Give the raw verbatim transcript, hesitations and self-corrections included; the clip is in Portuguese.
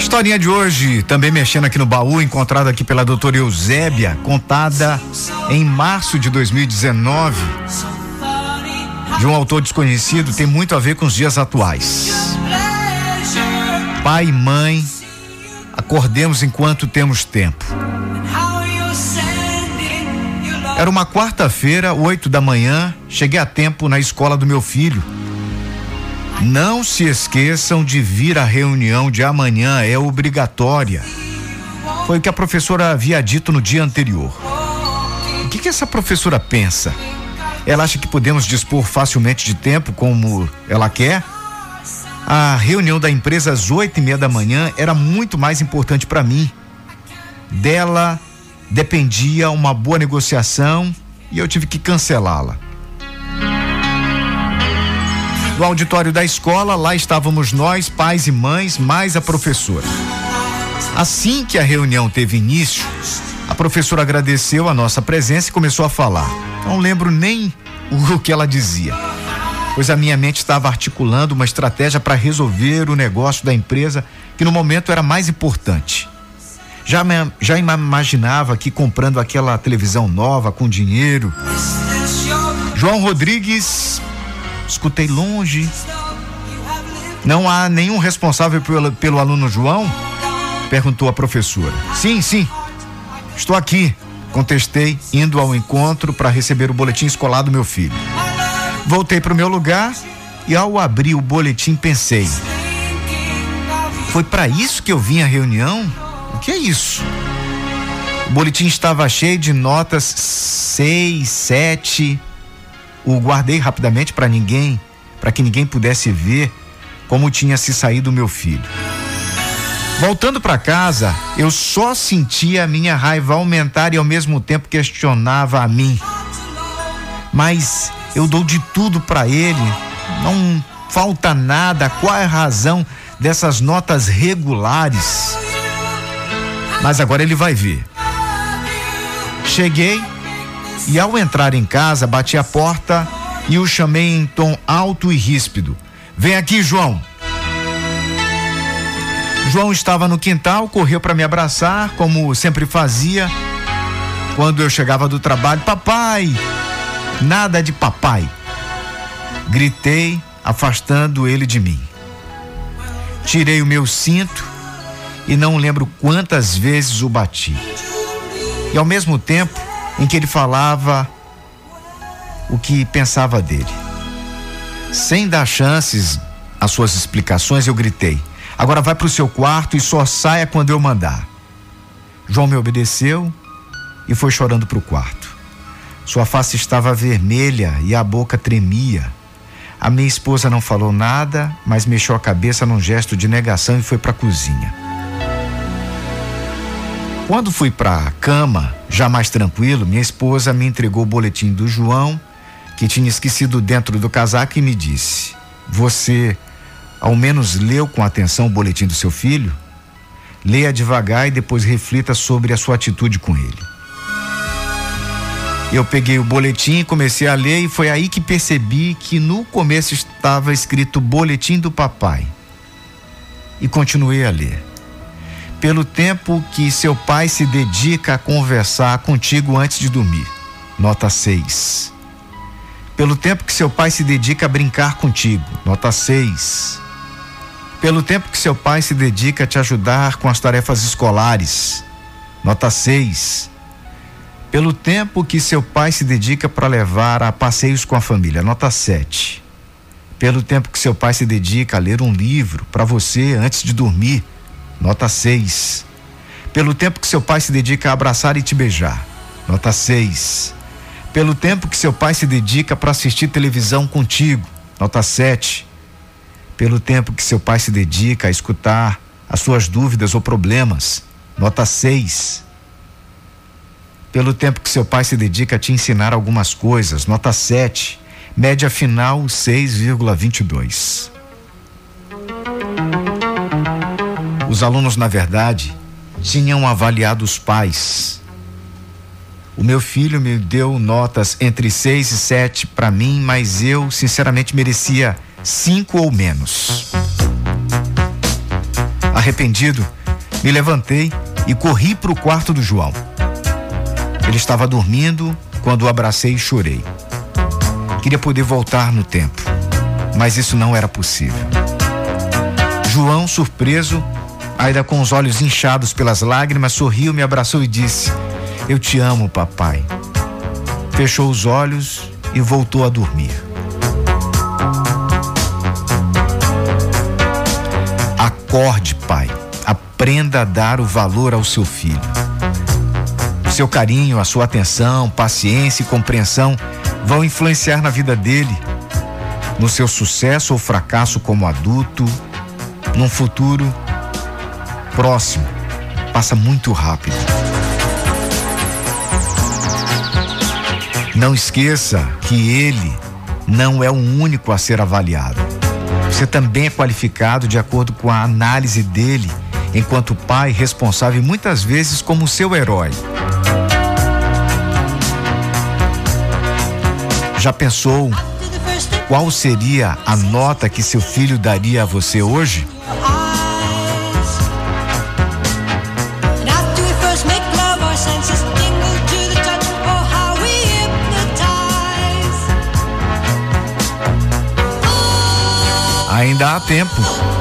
Historinha de hoje, também mexendo aqui no baú, encontrada aqui pela doutora Eusébia, contada em março de dois mil e dezenove, de um autor desconhecido, tem muito a ver com os dias atuais. Pai e mãe, acordemos enquanto temos tempo. Era uma quarta-feira, oito da manhã, cheguei a tempo na escola do meu filho. Não se esqueçam de vir à reunião de amanhã, é obrigatória. Foi o que a professora havia dito no dia anterior. O que que essa professora pensa? Ela acha que podemos dispor facilmente de tempo como ela quer? A reunião da empresa às oito e meia da manhã era muito mais importante para mim. Dela dependia uma boa negociação e eu tive que cancelá-la. No auditório da escola, lá estávamos nós, pais e mães, mais a professora. Assim que a reunião teve início, a professora agradeceu a nossa presença e começou a falar. Não lembro nem o que ela dizia, pois a minha mente estava articulando uma estratégia para resolver o negócio da empresa, que no momento era mais importante. Já, me, já imaginava aqui comprando aquela televisão nova com dinheiro. João Rodrigues, escutei longe. Não há nenhum responsável pelo, pelo aluno João? Perguntou a professora. Sim, sim, estou aqui, contestei, indo ao encontro para receber o boletim escolar do meu filho. Voltei para o meu lugar e ao abrir o boletim pensei: foi para isso que eu vim à reunião? O que é isso? O boletim estava cheio de notas seis, sete. O guardei rapidamente para ninguém, para que ninguém pudesse ver como tinha se saído o meu filho. Voltando para casa, eu só sentia a minha raiva aumentar e ao mesmo tempo questionava a mim. Mas eu dou de tudo para ele, não falta nada, qual é a razão dessas notas regulares? Mas agora ele vai ver. Cheguei e ao entrar em casa, bati a porta e o chamei em tom alto e ríspido. Vem aqui, João. João estava no quintal, correu para me abraçar, como sempre fazia quando eu chegava do trabalho. Papai! Nada de papai. Gritei, afastando ele de mim. Tirei o meu cinto e não lembro quantas vezes o bati. E ao mesmo tempo em que ele falava o que pensava dele, sem dar chances às suas explicações, eu gritei: agora vai para o seu quarto e só saia quando eu mandar. João me obedeceu e foi chorando para o quarto. Sua face estava vermelha e a boca tremia. A minha esposa não falou nada, mas mexeu a cabeça num gesto de negação e foi para a cozinha. Quando fui para a cama, já mais tranquilo, minha esposa me entregou o boletim do João, que tinha esquecido dentro do casaco, e me disse: você ao menos leu com atenção o boletim do seu filho? Leia devagar e depois reflita sobre a sua atitude com ele. Eu peguei o boletim e comecei a ler, e foi aí que percebi que no começo estava escrito boletim do papai. E continuei a ler. Pelo tempo que seu pai se dedica a conversar contigo antes de dormir. Nota seis. Pelo tempo que seu pai se dedica a brincar contigo. Nota seis. Pelo tempo que seu pai se dedica a te ajudar com as tarefas escolares. Nota seis. Pelo tempo que seu pai se dedica para levar a passeios com a família. Nota sete. Pelo tempo que seu pai se dedica a ler um livro para você antes de dormir. Nota seis. Pelo tempo que seu pai se dedica a abraçar e te beijar. Nota seis. Pelo tempo que seu pai se dedica para assistir televisão contigo. Nota sete. Pelo tempo que seu pai se dedica a escutar as suas dúvidas ou problemas. Nota seis. Pelo tempo que seu pai se dedica a te ensinar algumas coisas. Nota sete. Média final seis vírgula vinte e dois. Os alunos, na verdade, tinham avaliado os pais. O meu filho me deu notas entre seis e sete para mim, mas eu, sinceramente, merecia cinco ou menos. Arrependido, Me levantei e corri para o quarto do João. Ele estava dormindo quando o abracei e chorei. Queria poder voltar no tempo, mas isso não era possível. João, surpreso, ainda com os olhos inchados pelas lágrimas, sorriu, me abraçou e disse: "Eu te amo, papai." Fechou os olhos e voltou a dormir. Acorde, pai. Aprenda a dar o valor ao seu filho. O seu carinho, a sua atenção, paciência e compreensão vão influenciar na vida dele, no seu sucesso ou fracasso como adulto, num futuro próximo. Passa muito rápido. Não esqueça que ele não é o único a ser avaliado. Você também é qualificado de acordo com a análise dele, enquanto pai responsável, muitas vezes como seu herói. Já pensou qual seria a nota que seu filho daria a você hoje? Ainda há tempo.